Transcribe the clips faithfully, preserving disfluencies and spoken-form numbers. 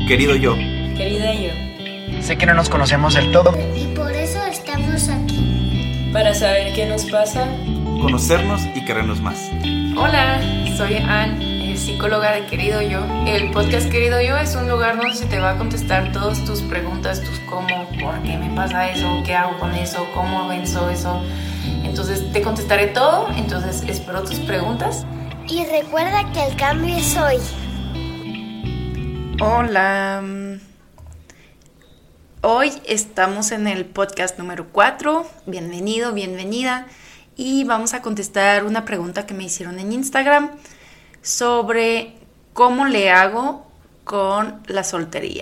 Querido yo. Querida yo. Sé que no nos conocemos del todo. Y por eso estamos aquí. Para saber qué nos pasa. Conocernos y querernos más. Hola, soy Ann, psicóloga de Querido Yo. El podcast Querido Yo es un lugar donde se te va a contestar todas tus preguntas, tus cómo, por qué me pasa eso, qué hago con eso, cómo avanzo eso. Entonces te contestaré todo, entonces espero tus preguntas. Y recuerda que el cambio es hoy. Hola, hoy estamos en el podcast número cuatro, bienvenido, bienvenida, y vamos a contestar una pregunta que me hicieron en Instagram sobre cómo le hago con la soltería.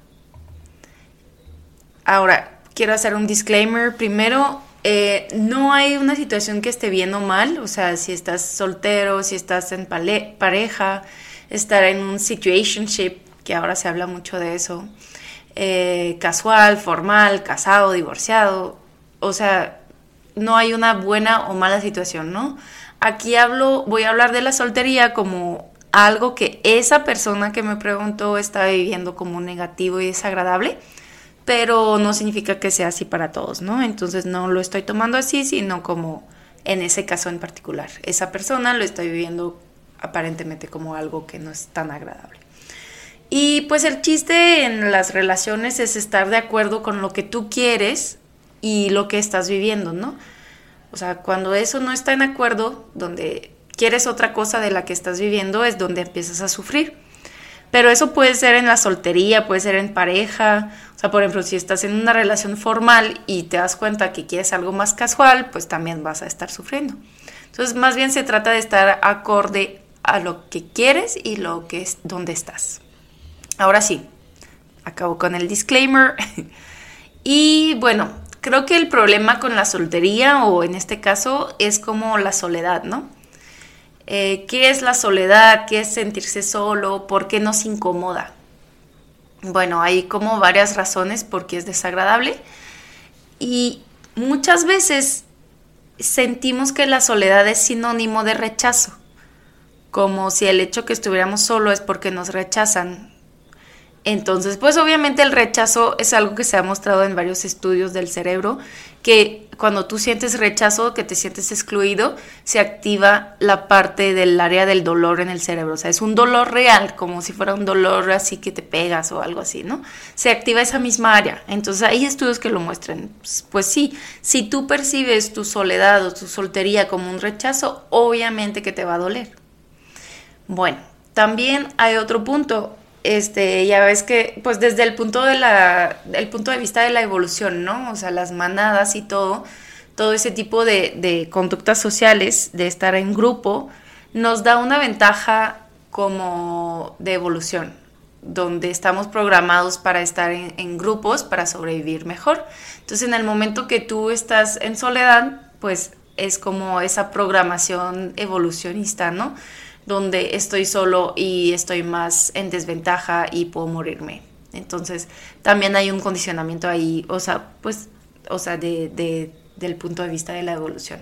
Ahora, quiero hacer un disclaimer. Primero, eh, no hay una situación que esté bien o mal, o sea, si estás soltero, si estás en pale- pareja, estar en un situationship, que ahora se habla mucho de eso, eh, casual, formal, casado, divorciado, o sea, no hay una buena o mala situación, ¿no? Aquí hablo, voy a hablar de la soltería como algo que esa persona que me preguntó está viviendo como negativo y desagradable, pero no significa que sea así para todos, ¿no? Entonces no lo estoy tomando así, sino como en ese caso en particular. Esa persona lo está viviendo aparentemente como algo que no es tan agradable. Y pues el chiste en las relaciones es estar de acuerdo con lo que tú quieres y lo que estás viviendo, ¿no? O sea, cuando eso no está en acuerdo, donde quieres otra cosa de la que estás viviendo, es donde empiezas a sufrir. Pero eso puede ser en la soltería, puede ser en pareja. O sea, por ejemplo, si estás en una relación formal y te das cuenta que quieres algo más casual, pues también vas a estar sufriendo. Entonces, más bien se trata de estar acorde a lo que quieres y lo que es donde estás. Ahora sí, acabo con el disclaimer. Y bueno, creo que el problema con la soltería, o en este caso, es como la soledad, ¿no? Eh, ¿Qué es la soledad? ¿Qué es sentirse solo? ¿Por qué nos incomoda? Bueno, hay como varias razones por qué es desagradable. Y muchas veces sentimos que la soledad es sinónimo de rechazo. Como si el hecho que estuviéramos solos es porque nos rechazan. Entonces, pues obviamente el rechazo es algo que se ha mostrado en varios estudios del cerebro, que cuando tú sientes rechazo, que te sientes excluido, se activa la parte del área del dolor en el cerebro. O sea, es un dolor real, como si fuera un dolor así que te pegas o algo así, ¿no? Se activa esa misma área. Entonces hay estudios que lo muestran. Pues, pues sí, si tú percibes tu soledad o tu soltería como un rechazo, obviamente que te va a doler. Bueno, también hay otro punto. Este, ya ves que, pues desde el punto de la, el punto de vista de la evolución, ¿no? O sea, las manadas y todo, todo ese tipo de, de conductas sociales, de estar en grupo, nos da una ventaja como de evolución, donde estamos programados para estar en, en grupos, para sobrevivir mejor. Entonces, en el momento que tú estás en soledad, pues es como esa programación evolucionista, ¿no? Donde estoy solo y estoy más en desventaja y puedo morirme. Entonces, también hay un condicionamiento ahí, o sea, pues, o sea, de, de, del punto de vista de la evolución.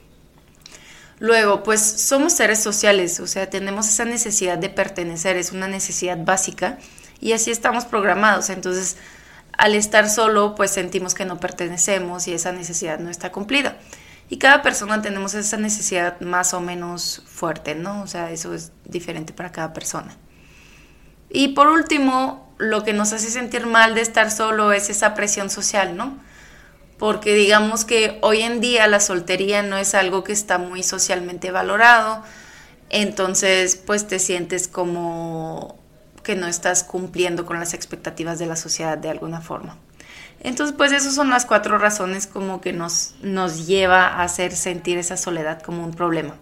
Luego, pues, somos seres sociales, o sea, tenemos esa necesidad de pertenecer, es una necesidad básica, y así estamos programados. Entonces, al estar solo, pues sentimos que no pertenecemos y esa necesidad no está cumplida. Y cada persona tenemos esa necesidad más o menos fuerte, ¿no? O sea, eso es diferente para cada persona. Y por último, lo que nos hace sentir mal de estar solo es esa presión social, ¿no? Porque digamos que hoy en día la soltería no es algo que está muy socialmente valorado, entonces pues te sientes como que no estás cumpliendo con las expectativas de la sociedad de alguna forma. Entonces, pues esas son las cuatro razones como que nos, nos lleva a hacer sentir esa soledad como un problema.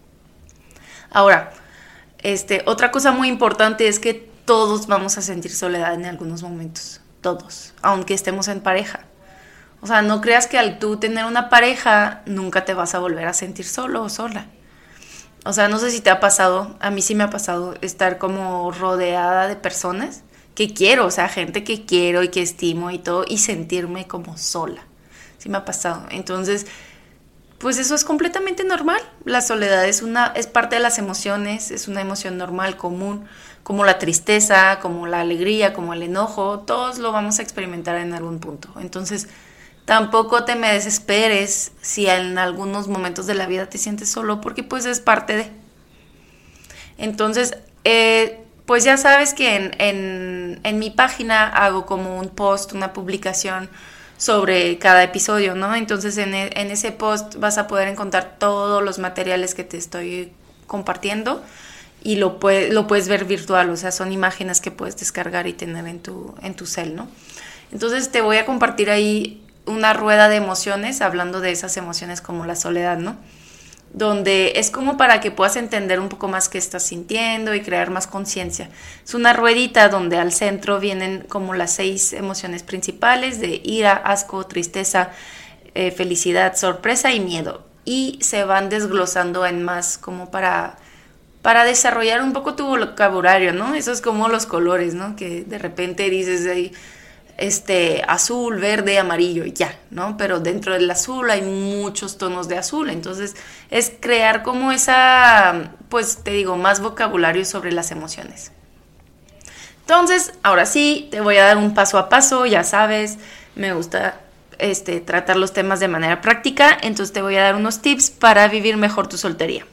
Ahora, este, otra cosa muy importante es que todos vamos a sentir soledad en algunos momentos, todos, aunque estemos en pareja. O sea, no creas que al tú tener una pareja nunca te vas a volver a sentir solo o sola. O sea, no sé si te ha pasado, a mí sí me ha pasado estar como rodeada de personas que quiero, o sea, gente que quiero y que estimo y todo, y sentirme como sola. Sí me ha pasado. Entonces, pues eso es completamente normal. La soledad es una, es parte de las emociones, es una emoción normal, común, como la tristeza, como la alegría, como el enojo, todos lo vamos a experimentar en algún punto. Entonces, tampoco te me desesperes si en algunos momentos de la vida te sientes solo, porque pues es parte de. Entonces, eh, pues ya sabes que en, en, en mi página hago como un post, una publicación sobre cada episodio, ¿no? Entonces en, e, en ese post vas a poder encontrar todos los materiales que te estoy compartiendo y lo, puede, lo puedes ver virtual, o sea, son imágenes que puedes descargar y tener en tu, en tu cel, ¿no? Entonces te voy a compartir ahí una rueda de emociones, hablando de esas emociones como la soledad, ¿no? Donde es como para que puedas entender un poco más qué estás sintiendo y crear más conciencia. Es una ruedita donde al centro vienen como las seis emociones principales de ira, asco, tristeza, eh, felicidad, sorpresa y miedo. Y se van desglosando en más como para, para desarrollar un poco tu vocabulario, ¿no? Eso es como los colores, ¿no? Que de repente dices ahí, este, azul, verde, amarillo, ya, ¿no? Pero dentro del azul hay muchos tonos de azul, entonces es crear como esa, pues te digo, más vocabulario sobre las emociones. Entonces, ahora sí, te voy a dar un paso a paso, ya sabes, me gusta este, tratar los temas de manera práctica, entonces te voy a dar unos tips para vivir mejor tu soltería.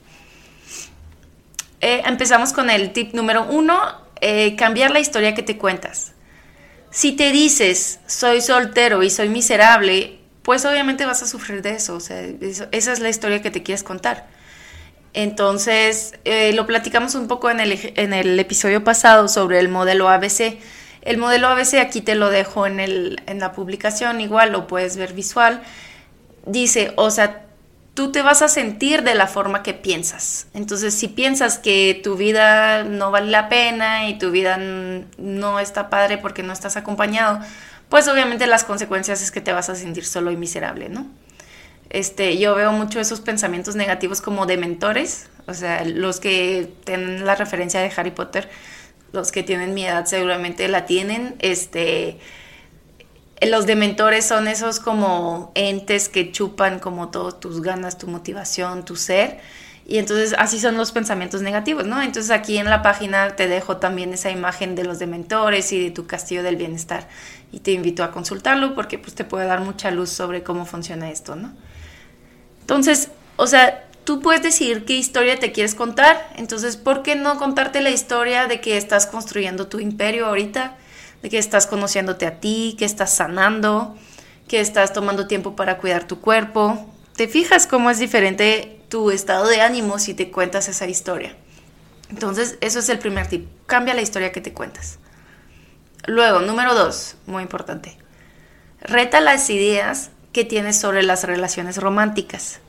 Eh, empezamos con el tip número uno, eh, cambiar la historia que te cuentas. Si te dices, soy soltero y soy miserable, pues obviamente vas a sufrir de eso, o sea, eso, esa es la historia que te quieres contar. Entonces, eh, lo platicamos un poco en el, en el episodio pasado sobre el modelo A B C. El modelo A B C aquí te lo dejo en, el, en la publicación, igual lo puedes ver visual. Dice, o sea, tú te vas a sentir de la forma que piensas. Entonces, si piensas que tu vida no vale la pena y tu vida no está padre porque no estás acompañado, pues obviamente las consecuencias es que te vas a sentir solo y miserable, ¿no? Este, yo veo mucho esos pensamientos negativos como de mentores, o sea, los que tienen la referencia de Harry Potter, los que tienen mi edad seguramente la tienen, este... Los dementores son esos como entes que chupan como todas tus ganas, tu motivación, tu ser. Y entonces así son los pensamientos negativos, ¿no? Entonces aquí en la página te dejo también esa imagen de los dementores y de tu castillo del bienestar. Y te invito a consultarlo porque pues te puede dar mucha luz sobre cómo funciona esto, ¿no? Entonces, o sea, tú puedes decidir qué historia te quieres contar. Entonces, ¿por qué no contarte la historia de que estás construyendo tu imperio ahorita? De que estás conociéndote a ti, que estás sanando, que estás tomando tiempo para cuidar tu cuerpo. ¿Te fijas cómo es diferente tu estado de ánimo si te cuentas esa historia? Entonces, eso es el primer tip. Cambia la historia que te cuentas. Luego, número dos, muy importante. Reta las ideas que tienes sobre las relaciones románticas.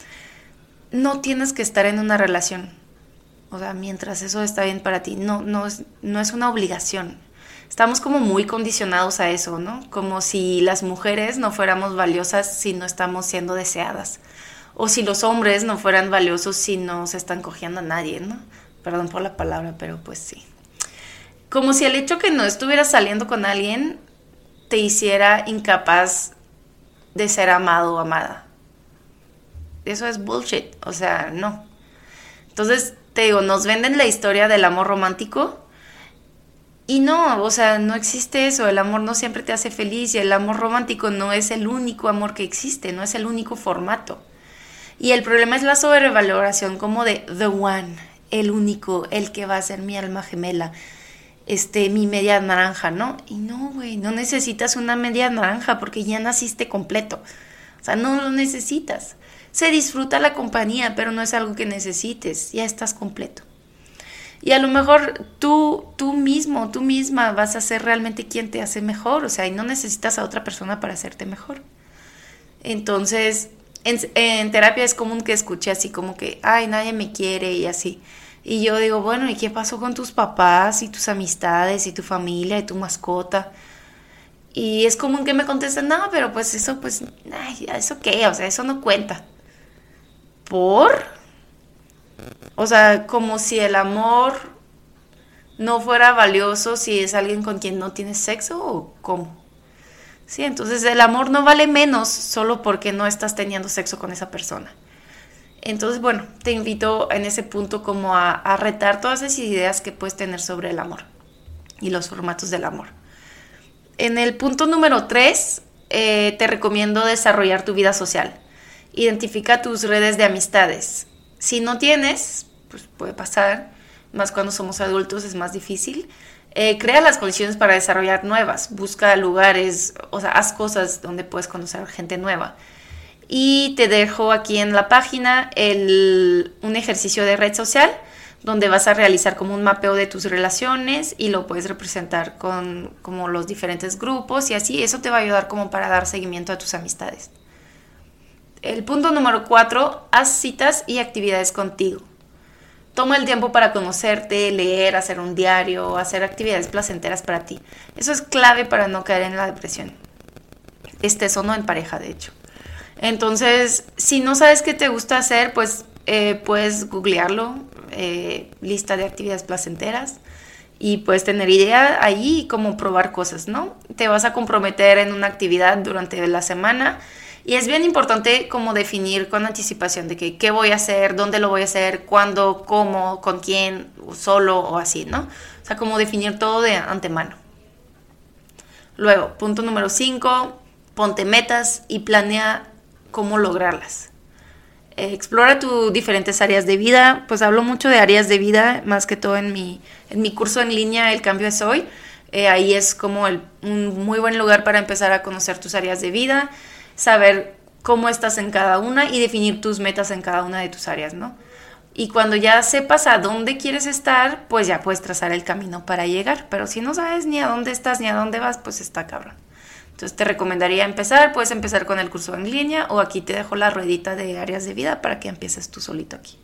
No tienes que estar en una relación. O sea, mientras eso está bien para ti. No, no es, no es una obligación. Estamos como muy condicionados a eso, ¿no? Como si las mujeres no fuéramos valiosas si no estamos siendo deseadas. O si los hombres no fueran valiosos si no se están cogiendo a nadie, ¿no? Perdón por la palabra, pero pues sí. Como si el hecho que no estuvieras saliendo con alguien te hiciera incapaz de ser amado o amada. Eso es bullshit, o sea, no. Entonces, te digo, nos venden la historia del amor romántico. Y no, o sea, no existe eso, el amor no siempre te hace feliz y el amor romántico no es el único amor que existe, no es el único formato. Y el problema es la sobrevaloración como de the one, el único, el que va a ser mi alma gemela, este, mi media naranja, ¿no? Y no, güey, no necesitas una media naranja porque ya naciste completo, o sea, no lo necesitas. Se disfruta la compañía, pero no es algo que necesites, ya estás completo. Y a lo mejor tú, tú mismo, tú misma vas a ser realmente quien te hace mejor. O sea, y no necesitas a otra persona para hacerte mejor. Entonces, en, en terapia es común que escuche así como que, ay, nadie me quiere y así. Y yo digo, bueno, ¿y qué pasó con tus papás y tus amistades y tu familia y tu mascota? Y es común que me contesten, no, pero pues eso, pues, ay, ¿eso qué? O sea, eso no cuenta. ¿Por? O sea, como si el amor no fuera valioso si es alguien con quien no tienes sexo o cómo. Sí, entonces el amor no vale menos solo porque no estás teniendo sexo con esa persona. Entonces, bueno, te invito en ese punto como a, a retar todas esas ideas que puedes tener sobre el amor y los formatos del amor. En el punto número tres, eh, te recomiendo desarrollar tu vida social. Identifica tus redes de amistades. Si no tienes, pues puede pasar, más cuando somos adultos es más difícil. Eh, crea las condiciones para desarrollar nuevas. Busca lugares, o sea, haz cosas donde puedes conocer gente nueva. Y te dejo aquí en la página el, un ejercicio de red social donde vas a realizar como un mapeo de tus relaciones y lo puedes representar con como los diferentes grupos y así. Eso te va a ayudar como para dar seguimiento a tus amistades. El punto número cuatro, haz citas y actividades contigo. Toma el tiempo para conocerte, leer, hacer un diario, hacer actividades placenteras para ti. Eso es clave para no caer en la depresión. Estés o no en pareja, de hecho. Entonces, si no sabes qué te gusta hacer, pues eh, puedes googlearlo, eh, lista de actividades placenteras, y puedes tener idea ahí y como probar cosas, ¿no? Te vas a comprometer en una actividad durante la semana y es bien importante como definir con anticipación de que qué voy a hacer, dónde lo voy a hacer, cuándo, cómo, con quién, solo o así, ¿no? O sea, como definir todo de antemano. Luego, punto número cinco, ponte metas y planea cómo lograrlas. Eh, explora tus diferentes áreas de vida. Pues hablo mucho de áreas de vida, más que todo en mi, en mi curso en línea El Cambio es Hoy. Eh, ahí es como el, un muy buen lugar para empezar a conocer tus áreas de vida, saber cómo estás en cada una y definir tus metas en cada una de tus áreas, ¿no? Y cuando ya sepas a dónde quieres estar, pues ya puedes trazar el camino para llegar. Pero si no sabes ni a dónde estás ni a dónde vas, pues está cabrón. Entonces te recomendaría empezar, puedes empezar con el curso en línea o aquí te dejo la ruedita de áreas de vida para que empieces tú solito aquí.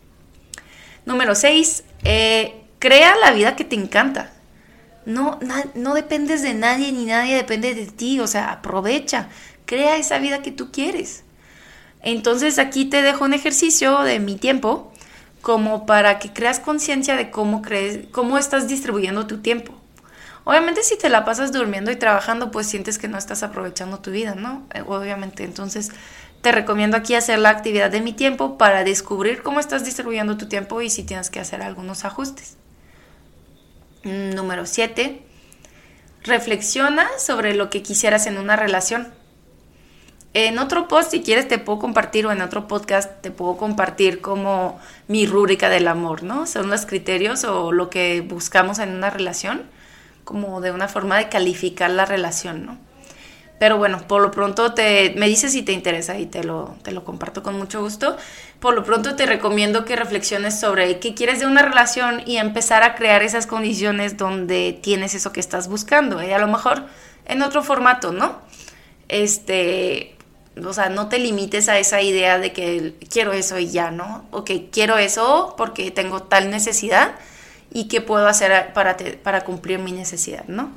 Número seis, eh, crea la vida que te encanta. No, na, no dependes de nadie ni nadie depende de ti, o sea, aprovecha, crea esa vida que tú quieres. Entonces aquí te dejo un ejercicio de mi tiempo como para que creas conciencia de cómo, crees, cómo estás distribuyendo tu tiempo. Obviamente si te la pasas durmiendo y trabajando, pues sientes que no estás aprovechando tu vida, ¿no? Obviamente, entonces te recomiendo aquí hacer la actividad de mi tiempo para descubrir cómo estás distribuyendo tu tiempo y si tienes que hacer algunos ajustes. Número siete, reflexiona sobre lo que quisieras en una relación. En otro post, si quieres, te puedo compartir, o en otro podcast te puedo compartir como mi rúbrica del amor, ¿no? Son los criterios o lo que buscamos en una relación, como de una forma de calificar la relación, ¿no? Pero bueno, por lo pronto te, me dices si te interesa y te lo, te lo comparto con mucho gusto. Por lo pronto te recomiendo que reflexiones sobre qué quieres de una relación y empezar a crear esas condiciones donde tienes eso que estás buscando. Y a lo mejor en otro formato, ¿no? Este, o sea, no te limites a esa idea de que quiero eso y ya, ¿no? Ok, quiero eso porque tengo tal necesidad y qué puedo hacer para, te, para cumplir mi necesidad, ¿no?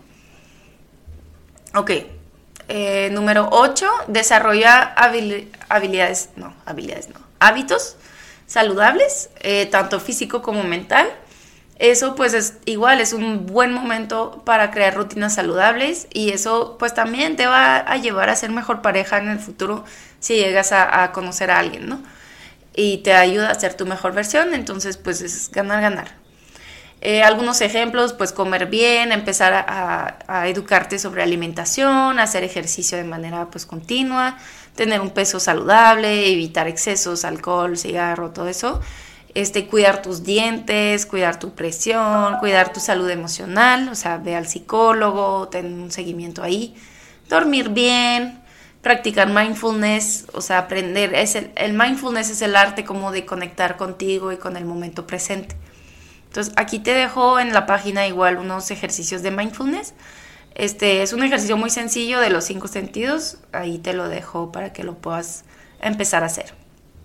Ok. Eh, número ocho, desarrolla habil- habilidades, no, habilidades no, hábitos saludables, eh, tanto físico como mental. Eso pues es igual, es un buen momento para crear rutinas saludables y eso pues también te va a llevar a ser mejor pareja en el futuro si llegas a, a conocer a alguien, ¿no? Y te ayuda a ser tu mejor versión, entonces pues es ganar, ganar. Eh, algunos ejemplos, pues comer bien, empezar a, a, a educarte sobre alimentación, hacer ejercicio de manera pues continua, tener un peso saludable, evitar excesos, alcohol, cigarro, todo eso. Este, cuidar tus dientes, cuidar tu presión, cuidar tu salud emocional, o sea, ve al psicólogo, ten un seguimiento ahí. Dormir bien, practicar mindfulness, o sea, aprender, es el, el mindfulness es el arte como de conectar contigo y con el momento presente. Entonces, aquí te dejo en la página igual unos ejercicios de mindfulness. Este es un ejercicio muy sencillo de los cinco sentidos. Ahí te lo dejo para que lo puedas empezar a hacer.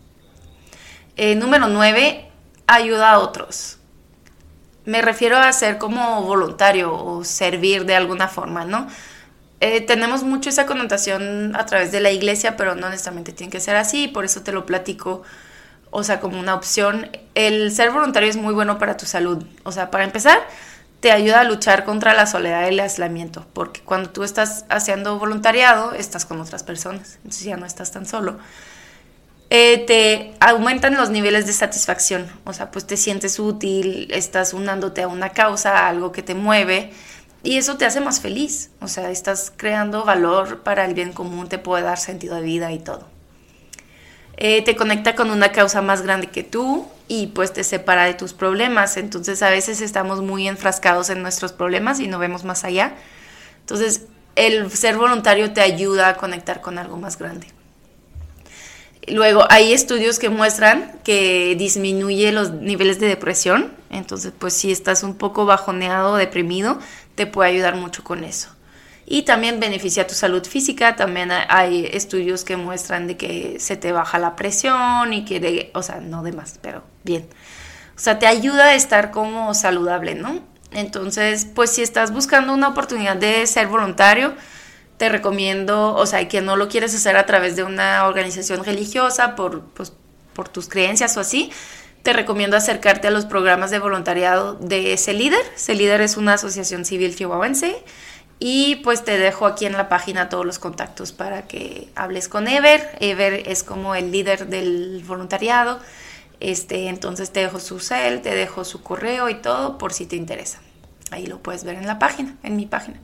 Eh, número nueve, ayuda a otros. Me refiero a ser como voluntario o servir de alguna forma, ¿no? Eh, tenemos mucho esa connotación a través de la iglesia, pero no necesariamente tiene que ser así. Por eso te lo platico. O sea, como una opción, el ser voluntario es muy bueno para tu salud. O sea, para empezar, te ayuda a luchar contra la soledad y el aislamiento, porque cuando tú estás haciendo voluntariado, estás con otras personas, entonces ya no estás tan solo. Eh, te aumentan los niveles de satisfacción, o sea, pues te sientes útil, estás unándote a una causa, a algo que te mueve, y eso te hace más feliz, o sea, estás creando valor para el bien común, te puede dar sentido de vida y todo. Eh, te conecta con una causa más grande que tú y pues te separa de tus problemas, entonces a veces estamos muy enfrascados en nuestros problemas y no vemos más allá, entonces el ser voluntario te ayuda a conectar con algo más grande. Luego, hay estudios que muestran que disminuye los niveles de depresión. Entonces, pues si estás un poco bajoneado o deprimido, te puede ayudar mucho con eso. Y también beneficia tu salud física. También hay estudios que muestran de que se te baja la presión y que, de, o sea, no de más, pero bien. O sea, te ayuda a estar como saludable, ¿no? Entonces, pues si estás buscando una oportunidad de ser voluntario, te recomiendo, o sea, que no lo quieres hacer a través de una organización religiosa por, pues, por tus creencias o así, te recomiendo acercarte a los programas de voluntariado de CELIDER. CELIDER es una asociación civil chihuahuense y pues te dejo aquí en la página todos los contactos para que hables con Ever. Ever es como el líder del voluntariado, este, entonces te dejo su cel, te dejo su correo y todo por si te interesa. Ahí lo puedes ver en la página, en mi página.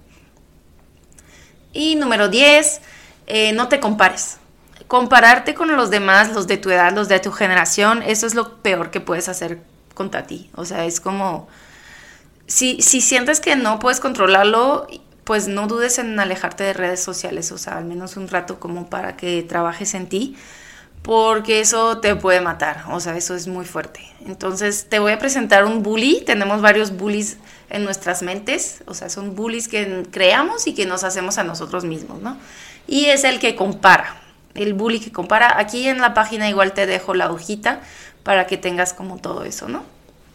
Y número diez, eh, no te compares. Compararte con los demás, los de tu edad, los de tu generación, eso es lo peor que puedes hacer contra ti. O sea, es como, si, si sientes que no puedes controlarlo, pues no dudes en alejarte de redes sociales, o sea, al menos un rato como para que trabajes en ti, porque eso te puede matar, o sea, eso es muy fuerte. Entonces te voy a presentar un bully, tenemos varios bullies en nuestras mentes, o sea, son bullies que creamos y que nos hacemos a nosotros mismos, ¿no? Y es el que compara, el bully que compara. Aquí en la página igual te dejo la hojita para que tengas como todo eso, ¿no?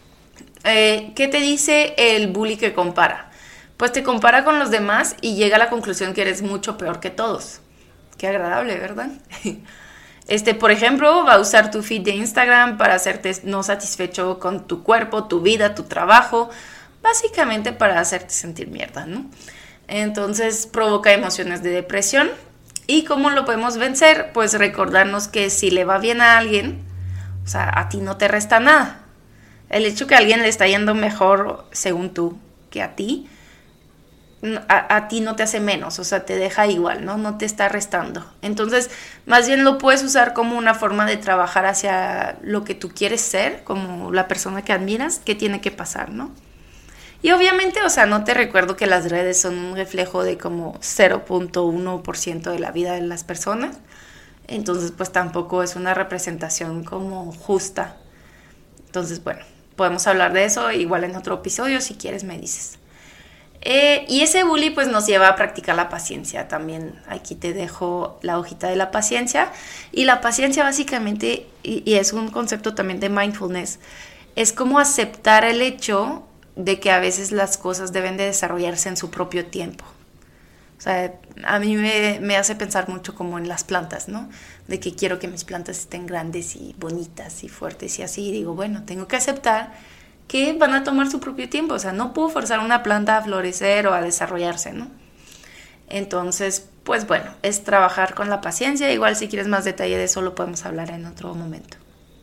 Eh, ¿Qué te dice el bully que compara? Pues te compara con los demás y llega a la conclusión que eres mucho peor que todos. Qué agradable, ¿verdad? Este, por ejemplo, va a usar tu feed de Instagram para hacerte no satisfecho con tu cuerpo, tu vida, tu trabajo, básicamente para hacerte sentir mierda, ¿no? Entonces provoca emociones de depresión. ¿Y cómo lo podemos vencer? Pues recordarnos que si le va bien a alguien, o sea, a ti no te resta nada. El hecho que a alguien le está yendo mejor, según tú, que a ti, A, a ti no te hace menos, o sea, te deja igual, ¿no? No te está restando. Entonces, más bien lo puedes usar como una forma de trabajar hacia lo que tú quieres ser, como la persona que admiras, que tiene que pasar, ¿no? Y obviamente, o sea, no te recuerdo que las redes son un reflejo de como cero punto uno por ciento de la vida de las personas. Entonces, pues tampoco es una representación como justa. Entonces, bueno, podemos hablar de eso igual en otro episodio, si quieres me dices. Eh, y ese bully pues nos lleva a practicar la paciencia también. Aquí te dejo la hojita de la paciencia. Y la paciencia básicamente, y, y es un concepto también de mindfulness, es como aceptar el hecho de que a veces las cosas deben de desarrollarse en su propio tiempo. O sea, a mí me, me hace pensar mucho como en las plantas, ¿no? De que quiero que mis plantas estén grandes y bonitas y fuertes y así. Y digo, bueno, tengo que aceptar que van a tomar su propio tiempo, o sea, no puedo forzar a una planta a florecer o a desarrollarse, ¿no? Entonces, pues bueno, es trabajar con la paciencia. Igual si quieres más detalle de eso lo podemos hablar en otro momento.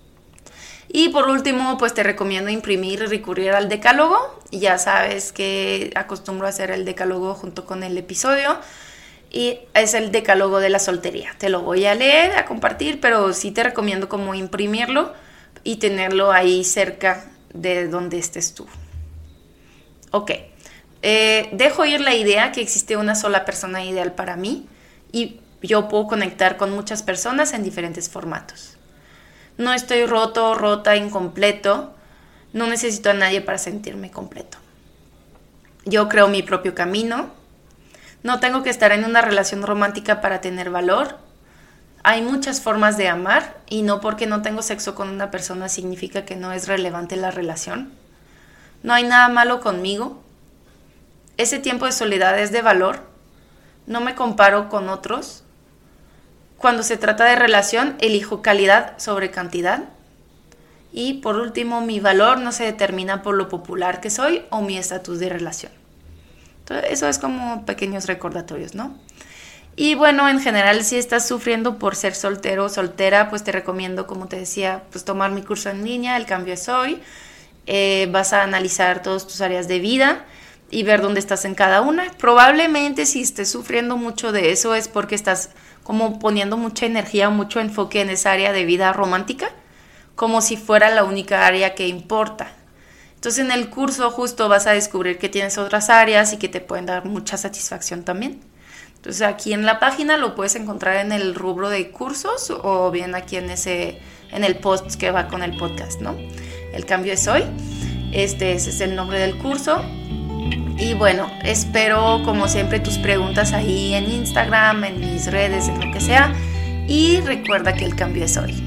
Y por último, pues te recomiendo imprimir y recurrir al decálogo. Ya sabes que acostumbro a hacer el decálogo junto con el episodio. Y es el decálogo de la soltería. Te lo voy a leer, a compartir, pero sí te recomiendo como imprimirlo y tenerlo ahí cerca de donde estés tú. Ok, eh, dejo ir la idea que existe una sola persona ideal para mí y yo puedo conectar con muchas personas en diferentes formatos. No estoy roto, rota, incompleto. No necesito a nadie para sentirme completo. Yo creo mi propio camino. No tengo que estar en una relación romántica para tener valor. Hay muchas formas de amar y no porque no tengo sexo con una persona significa que no es relevante la relación. No hay nada malo conmigo. Ese tiempo de soledad es de valor. No me comparo con otros. Cuando se trata de relación, elijo calidad sobre cantidad. Y por último, mi valor no se determina por lo popular que soy o mi estatus de relación. Entonces, eso es como pequeños recordatorios, ¿no? Y bueno, en general, si estás sufriendo por ser soltero o soltera, pues te recomiendo, como te decía, pues tomar mi curso en línea, El Cambio es Hoy. Eh, vas a analizar todas tus áreas de vida y ver dónde estás en cada una. Probablemente si estés sufriendo mucho de eso es porque estás como poniendo mucha energía o mucho enfoque en esa área de vida romántica, como si fuera la única área que importa. Entonces en el curso justo vas a descubrir que tienes otras áreas y que te pueden dar mucha satisfacción también. Entonces aquí en la página lo puedes encontrar en el rubro de cursos o bien aquí en ese en el post que va con el podcast, ¿no? El Cambio es Hoy. Este, ese es el nombre del curso. Y bueno, espero como siempre tus preguntas ahí en Instagram, en mis redes, en lo que sea. Y recuerda que el cambio es hoy.